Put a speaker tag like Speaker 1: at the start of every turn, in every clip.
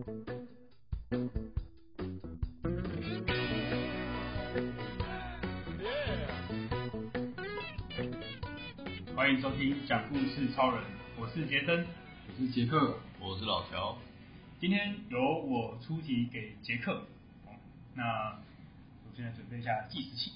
Speaker 1: 欢迎收听讲故事超人，我是杰森，
Speaker 2: 我是杰克，
Speaker 3: 我是老乔。
Speaker 1: 今天由我出题给杰克，那我现在准备一下计时器。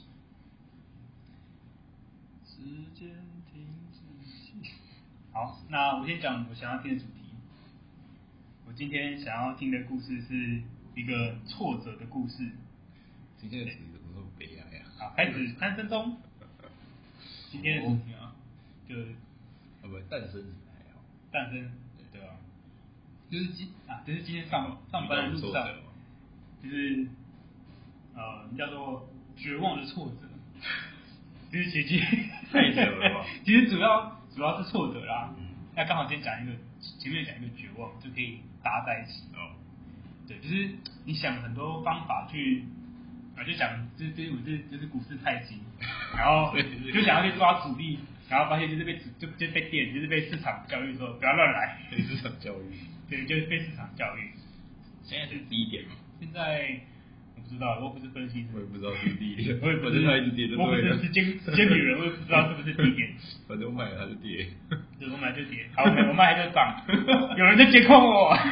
Speaker 3: 时间停止器。
Speaker 1: 好，那我先讲我想要听的主题。我今天想要听的故事是一个挫折的故事。
Speaker 3: 今天的主题怎么那么悲哀啊？
Speaker 1: 好，开始3分钟。今天的主题啊，就
Speaker 3: 不，诞生还好。
Speaker 1: 诞生，对吧？就是今天上班的路上，就是叫做绝望的挫折。其实
Speaker 3: 太扯了吧？
Speaker 1: 其实主要是挫折啦。那刚好今天前面讲一个绝望，就可以搭在一起。对，就是你想很多方法去就讲就是股市太急，然后就想要去抓主力，然后发现就是被电，就是被市场教育说不要乱来。
Speaker 3: 被市场教育。
Speaker 1: 对，就是被市场教育。
Speaker 3: 现在是低点吗？
Speaker 1: 现在我不知道，我不是分析师。
Speaker 3: 我也不知道是低点，
Speaker 1: 我也不是
Speaker 3: 它一直跌就对了。
Speaker 1: 我不是时间女人，我也不知道是不是低点。
Speaker 3: 反正我买了它就跌。
Speaker 1: 对，我买就跌，好，我卖就涨。有人在监控我。好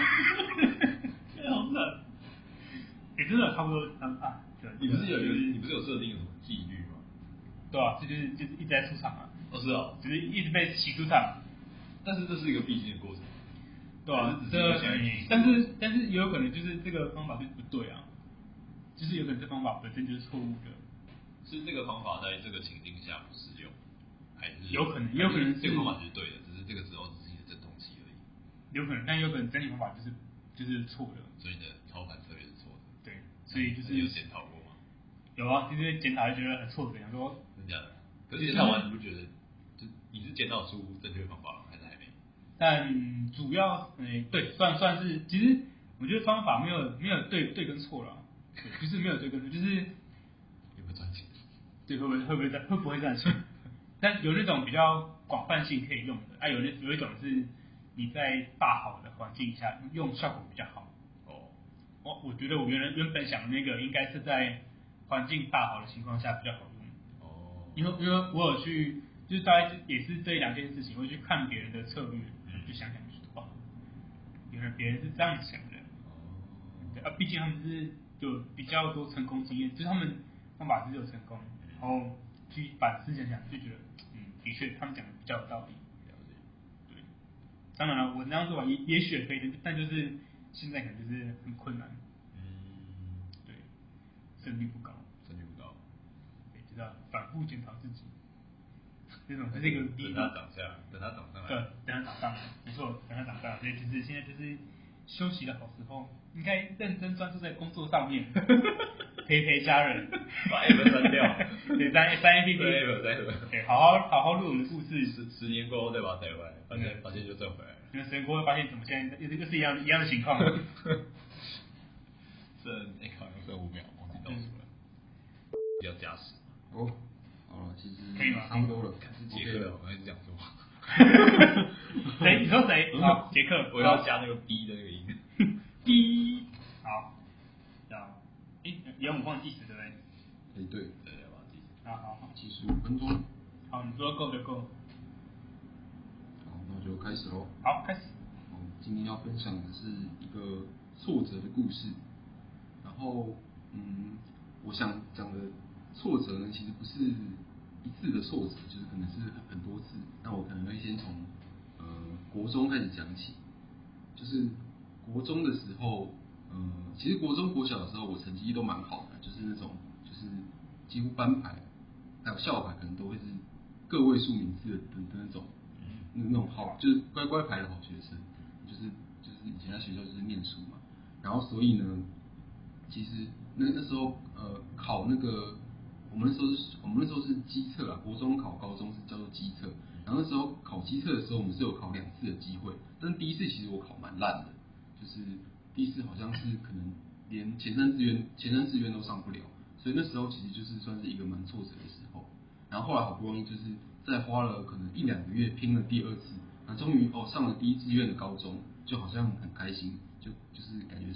Speaker 1: 冷。真的差不多对。
Speaker 3: 你不是有设定什么纪律吗？
Speaker 1: 对啊，这就是一直在出场啊。
Speaker 3: 是哦，
Speaker 1: 只是一直被洗出场。
Speaker 3: 但是这是一个必经的过程。
Speaker 1: 对啊，但是也有可能就是这个方法就不对啊，就是有可能这方法本身就是错误的。
Speaker 3: 是这个方法在这个情境下不适用，还是
Speaker 1: 有可能是
Speaker 3: 这个方法就是对的，只是这个时候只是你的阵痛期而已。
Speaker 1: 有可能，但有可能整体方法就是错的。
Speaker 3: 所以你的操盘策略是错的。
Speaker 1: 对，所以就是
Speaker 3: 你有检讨过吗？
Speaker 1: 有啊，就是检讨就觉得很挫折，想说
Speaker 3: 真的假的？可是检讨完你不觉得，就你是检讨出正确方法了，还是还没？
Speaker 1: 但主要对，算是，其实我觉得方法没有对跟错了，对，就是没有对跟错，就是
Speaker 3: 有没有赚钱？
Speaker 1: 对，会不会赚钱？但有那种比较广泛性可以用的，有一种是你在大好的环境下用效果比较好。我觉得我原本想的那个应该是在环境大好的情况下比较好用。因为我有去，就是大概也是这两件事情，我去看别人的策略，就想说，原来别人是这样想的。对毕竟他们是有比较多成功经验，就是他们方法是有成功，然后去反思想想，就觉得的确他们讲的比较有道理。对，当然了，我那样做法也许可以，但就是现在可能就是很困难。对，胜率不高。对，知道反复检讨自己。这种是这个
Speaker 3: 等他长下来，等他长上来。
Speaker 1: 对，等他长大，没错，等他长大，所以其实现在就是休息的好时候，应该认真专注在工作上面，陪家人，
Speaker 3: 把 App 删掉，
Speaker 1: 对，删 APP，对，好好录我们的故事。
Speaker 3: 10年过后再把它载回来，发现就赚回来了。
Speaker 1: 因为10年过后发现怎么现在又是一样的情况。
Speaker 3: 好像剩5秒，忘记倒数了。要加时。
Speaker 2: 好了，其实
Speaker 1: 可以吗？
Speaker 2: 差不多了。
Speaker 3: 是杰克，我刚才是讲错。
Speaker 1: 谁？你说谁？好，杰克。
Speaker 3: 我要加那个 B 的那个音。
Speaker 1: B。好。也我们忘记时对不对？
Speaker 2: 对，
Speaker 3: 忘记时。
Speaker 2: 好，75分钟。
Speaker 1: 好，你说够就够。
Speaker 2: 好，那就开始喽。
Speaker 1: 好，开始。
Speaker 2: 好，今天要分享的是一个挫折的故事。然后，我想讲的挫折呢，其实不是一次的挫折，就是可能是很多次。那我可能会先从国中开始讲起，就是国中的时候，其实国中国小的时候，我成绩都蛮好的，就是那种就是几乎班排还有校排可能都会是个位数名次的那种，那种好就是乖乖牌的好学生，就是以前在学校就是念书嘛，然后所以呢，其实那时候考那个我们那时候是基测啊，国中考高中是叫做基测，然后那时候考基测的时候，我们是有考2次的机会，但是第一次其实我考蛮烂的，就是第一次好像是可能连前三志愿都上不了，所以那时候其实就是算是一个蛮挫折的时候。然后后来好不容易就是再花了可能1-2个月拼了第2次，终于上了第1志愿的高中，就好像很开心，就是感觉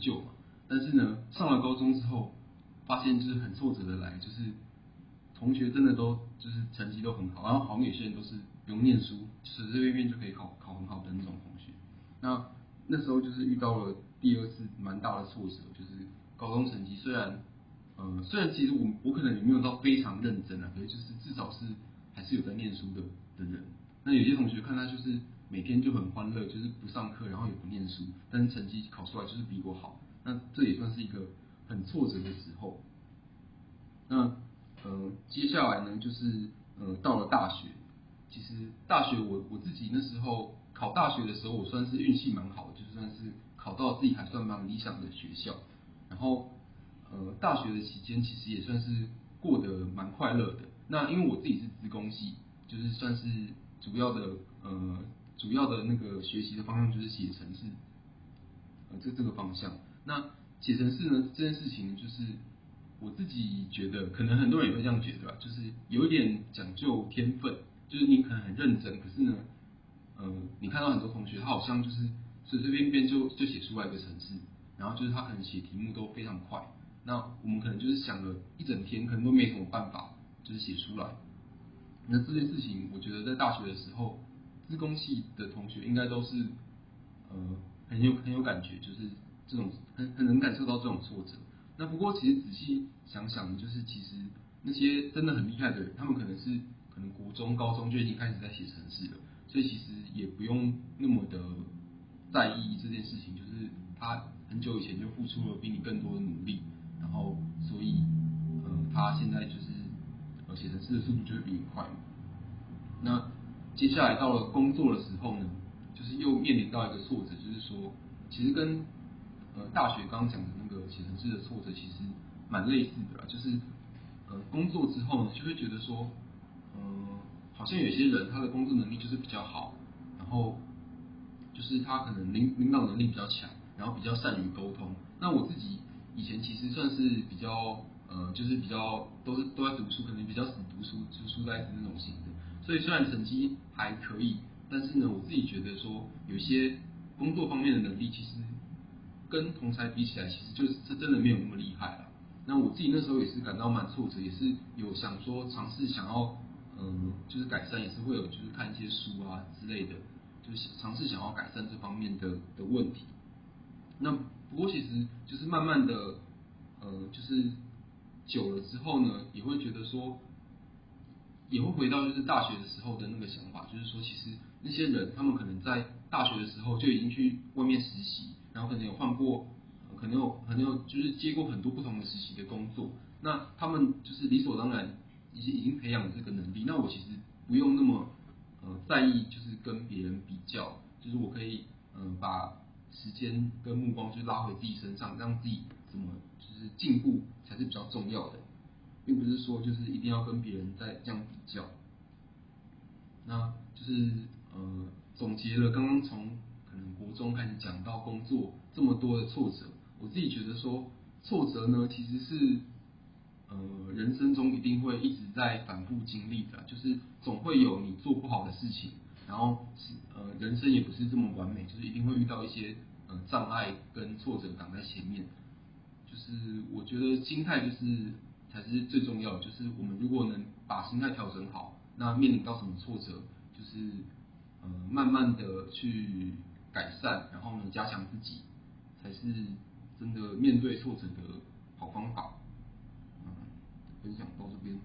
Speaker 2: 就嘛。但是呢，上了高中之后，发现就是很挫折的来，就是同学真的都就是成绩都很好，然后好像有些人都是不用念书，随随便便就可以考很好的那种同学。那时候就是遇到了第二次蛮大的挫折，就是高中成绩虽然其实我可能也没有到非常认真啊，可是就是至少是还是有在念书的人。那有些同学看他就是每天就很欢乐，就是不上课，然后也不念书，但是成绩考出来就是比我好，那这也算是一个很挫折的时候。那接下来呢，就是到了大学。其实大学我自己那时候考大学的时候，我算是运气蛮好的，就算是考到自己还算蛮理想的学校。然后大学的期间其实也算是过得蛮快乐的。那因为我自己是资工系，就是算是主要的那个学习的方向就是写程式，这个方向。那写程式呢这件事情，就是我自己觉得，可能很多人也会这样觉得吧，就是有一点讲究天分，就是你可能很认真，可是呢，你看到很多同学他好像就是随随便便就写出来一个程式，然后就是他可能写题目都非常快，那我们可能就是想了一整天，可能都没什么办法就是写出来。那这件事情，我觉得在大学的时候，资工系的同学应该都是很有感觉，就是这种很能感受到这种挫折。那不过其实仔细想想，就是其实那些真的很厉害的人，他们可能国中、高中就已经开始在写程式了，所以其实也不用那么的在意这件事情，就是他很久以前就付出了比你更多的努力，然后所以他现在就是写程式的速度就会比你快。那接下来到了工作的时候呢，就是又面临到一个挫折，就是说，其实跟大学刚刚讲的那个写程式的挫折其实蛮类似的啦，就是工作之后呢，就会觉得说，好像有些人他的工作能力就是比较好，然后就是他可能领导能力比较强，然后比较善于沟通。那我自己以前其实算是比较就是比较都在读书，可能比较死读书，就是书呆子那种型的。所以虽然成绩还可以，但是呢，我自己觉得说有些工作方面的能力，其实跟同才比起来，其实就是这真的没有那么厉害了。那我自己那时候也是感到蛮挫折，也是有想说尝试想要就是改善，也是会有就是看一些书啊之类的，就是尝试想要改善这方面的问题。那不过其实就是慢慢的就是久了之后呢，也会觉得说，也会回到就是大学的时候的那个想法，就是说其实那些人他们可能在大学的时候就已经去外面实习，然后可能有换过，可能有就是接过很多不同的实习的工作，那他们就是理所当然已经培养了这个能力，那我其实不用那么在意就是跟别人比较，就是我可以把时间跟目光就拉回自己身上，让自己怎么就是进步才是比较重要的。并不是说就是一定要跟别人在这样比较。那就是总结了刚刚从可能国中开始讲到工作这么多的挫折，我自己觉得说挫折呢其实是人生中一定会一直在反复经历的，就是总会有你做不好的事情，然后人生也不是这么完美，就是一定会遇到一些障碍跟挫折挡在前面。就是我觉得心态才是最重要的，就是我们如果能把心态调整好，那面临到什么挫折，就是慢慢的去改善，然后呢加强自己，才是真的面对挫折的好方法。分享到这边。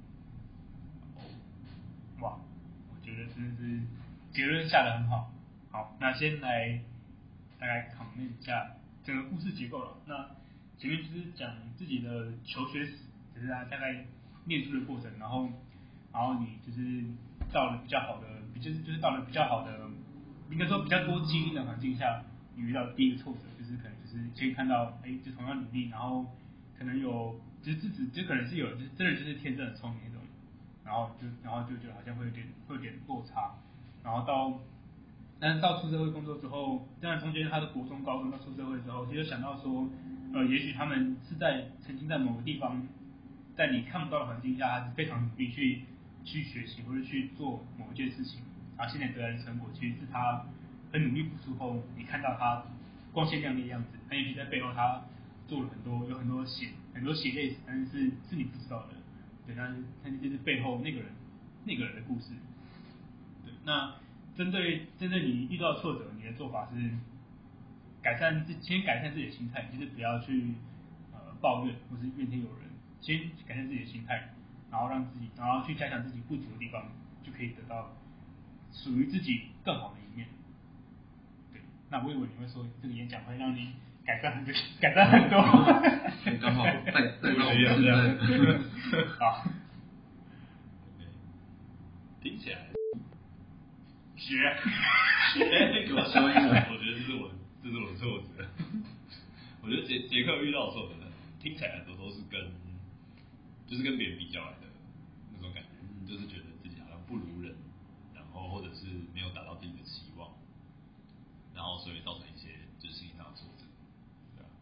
Speaker 1: 哇，我觉得真的是结论下得很好。好，那先来大概讨论一下整个故事结构了。那前面就是讲自己的求学史，就是他大概念书的过程，然后你就是到了比较好的，就是到了比较好的，应该说比较多机遇的环境下，你遇到的第一个挫折，就是可能就是先看到，就同样努力，然后可能有就是自己就可能是有，就是真的就是天生很聪明那种。然后就觉得好像会有点落差，然后但是到出社会工作之后，当然中间他的国中、高中到出社会之后，其实想到说，也许他们是曾经在某个地方，在你看不到的环境下，他是非常努力去学习或者去做某一件事情，然后现在得来的成果，其实是他很努力付出后，你看到他光鲜亮丽的样子，但也许在背后他做了有很多血泪，但是是你不知道的，对，但是就是背后那个人的故事。对，那针对你遇到挫折，你的做法是先改善自己的心态，就是不要去抱怨或是怨天尤人，先改善自己的心态，然后去加强自己不足的地方，就可以得到属于自己更好的一面。对，那我以为你会说这个演讲会让你改善很多，
Speaker 2: 刚好带到我们现在。
Speaker 1: 好，
Speaker 3: 听起来
Speaker 1: 学
Speaker 3: 给我消音了。我觉得这是我的挫折。我觉得杰克遇到的挫折呢，听起来很多都是跟别人比较来的那种感觉，就是觉得自己好像不如人，然后或者是没有达到自己的期望，然后所以造成一些就是心理上的挫折，对吧？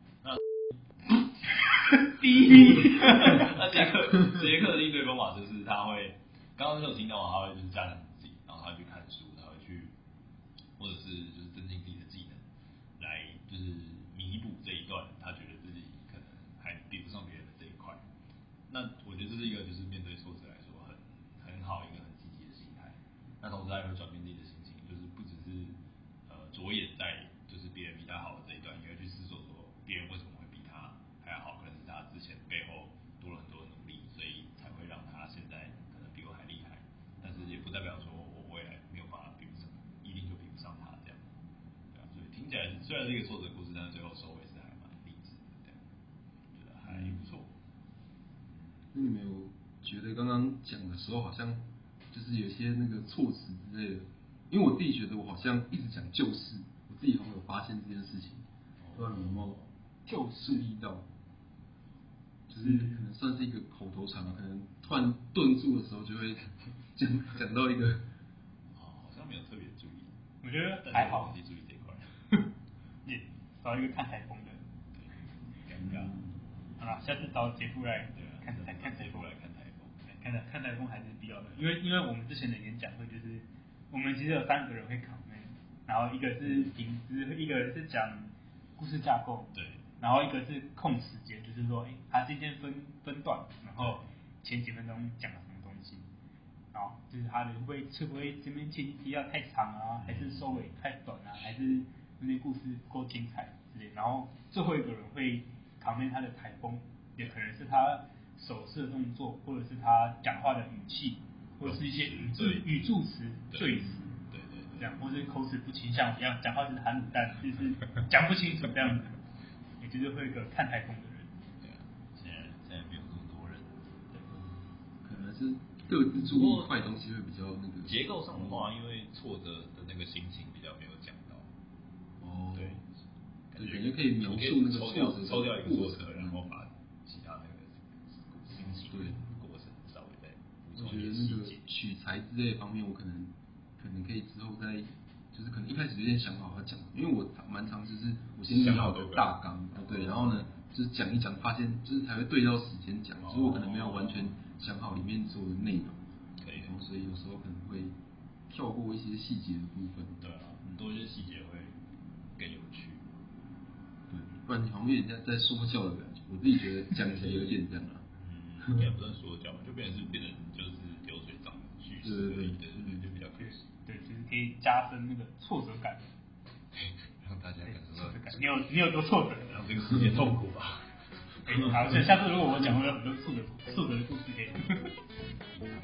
Speaker 3: 那
Speaker 1: 第一，
Speaker 3: 那杰克的应对方法就是他会，刚刚有听到他会就是加强自己，然后他会去看书，他会去或者是就是增进自己的技能，来就是弥补这一段他觉得自己可能还比不上别人的这一块。那我觉得这是一个就是面对挫折来说很好一个很积极的心态。那同时他也会转变自己的心情，就是不只是着眼在就是别人比他好的这一段，也会去思索说别人为什么会比他还好，可能是他之前背后多了很多的努力，所以才会让他现在可能比我还厉害。但是也不代表说我未来没有办法比不上，一定就比不上他这样。对啊，所以听起来虽然是一个挫折故事，但是最后收尾是还蛮励志的，这样觉得还不错。
Speaker 2: 那你们有觉得刚刚讲的时候，好像就是有些那个措辞之类的？因为我自己觉得我好像一直讲旧事，我自己好像有发现这件事情，不知道你有没有注意到？就是可能算是一个口头禅，可能突然顿住的时候就会讲到一个，
Speaker 3: 好像没有特别注意。
Speaker 1: 我觉得还好，
Speaker 3: 忘记注意这一块。
Speaker 1: 也找一个看台风的，
Speaker 3: 尴尬。
Speaker 1: 好了，下次找杰夫来看台风，看台风还是必要的，因为我们之前的演讲会就是我们其实有3个人会考内，然后一个是评资，一个人是讲故事架构，
Speaker 3: 对，
Speaker 1: 然后一个是控时间，就是说，他今天分段，然后前几分钟讲了什么东西，然后就是他的会不会这边前提要太长啊，还是收尾太短啊，还是那些故事够精彩之类，然后最后一个人会考验他的台风，也可能是他手势的动作，或者是他讲话的语气，或者是一些语助词、赘词，对，这样，或者是口齿不清，像我一样讲话就是含卤蛋，就是讲不清楚这样子，也就是会有一个看台风的人。
Speaker 3: 对啊，现在没有这么多人，对，
Speaker 2: 可能是各自注意块东西会比较那个。
Speaker 3: 结构上的话，因为挫折的那个心情比较没有讲到。
Speaker 2: 哦，
Speaker 3: 对，
Speaker 2: 感觉可以描述那个挫折，
Speaker 3: 抽掉一个挫折，然后把其他那个心情过程稍微再补充一些细节。
Speaker 2: 取材之类的方面，我可能可以之后再，就是可能一开始有点想好要讲，因为我蛮常就是我先想好个大纲，对，然后呢就是讲一讲，发现就是才会对到时间讲，所以我可能没有完全想好里面所有的内容，
Speaker 3: 可以，
Speaker 2: 然后所以有时候可能会跳过一些细节的部分。
Speaker 3: 对啊，多一些细节会更有趣。
Speaker 2: 对，不然你好像有点在说教的感觉，我自己觉得讲起来有点这样啊。
Speaker 3: 也不算说教，就变成就是流水账的叙事，对，就比较可惜。
Speaker 1: 对，就是可以加深那个挫折感，
Speaker 3: 让大家感受到
Speaker 1: 你有多挫折，
Speaker 3: 让这个世界痛苦吧。
Speaker 1: 好，下次如果我讲，会有很多挫折的故事可以。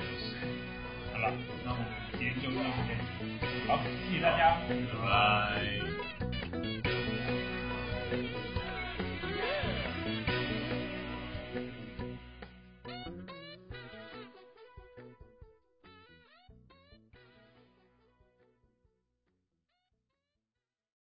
Speaker 1: 好了，那我们今天就到这边，好，谢谢大家，
Speaker 3: 拜拜。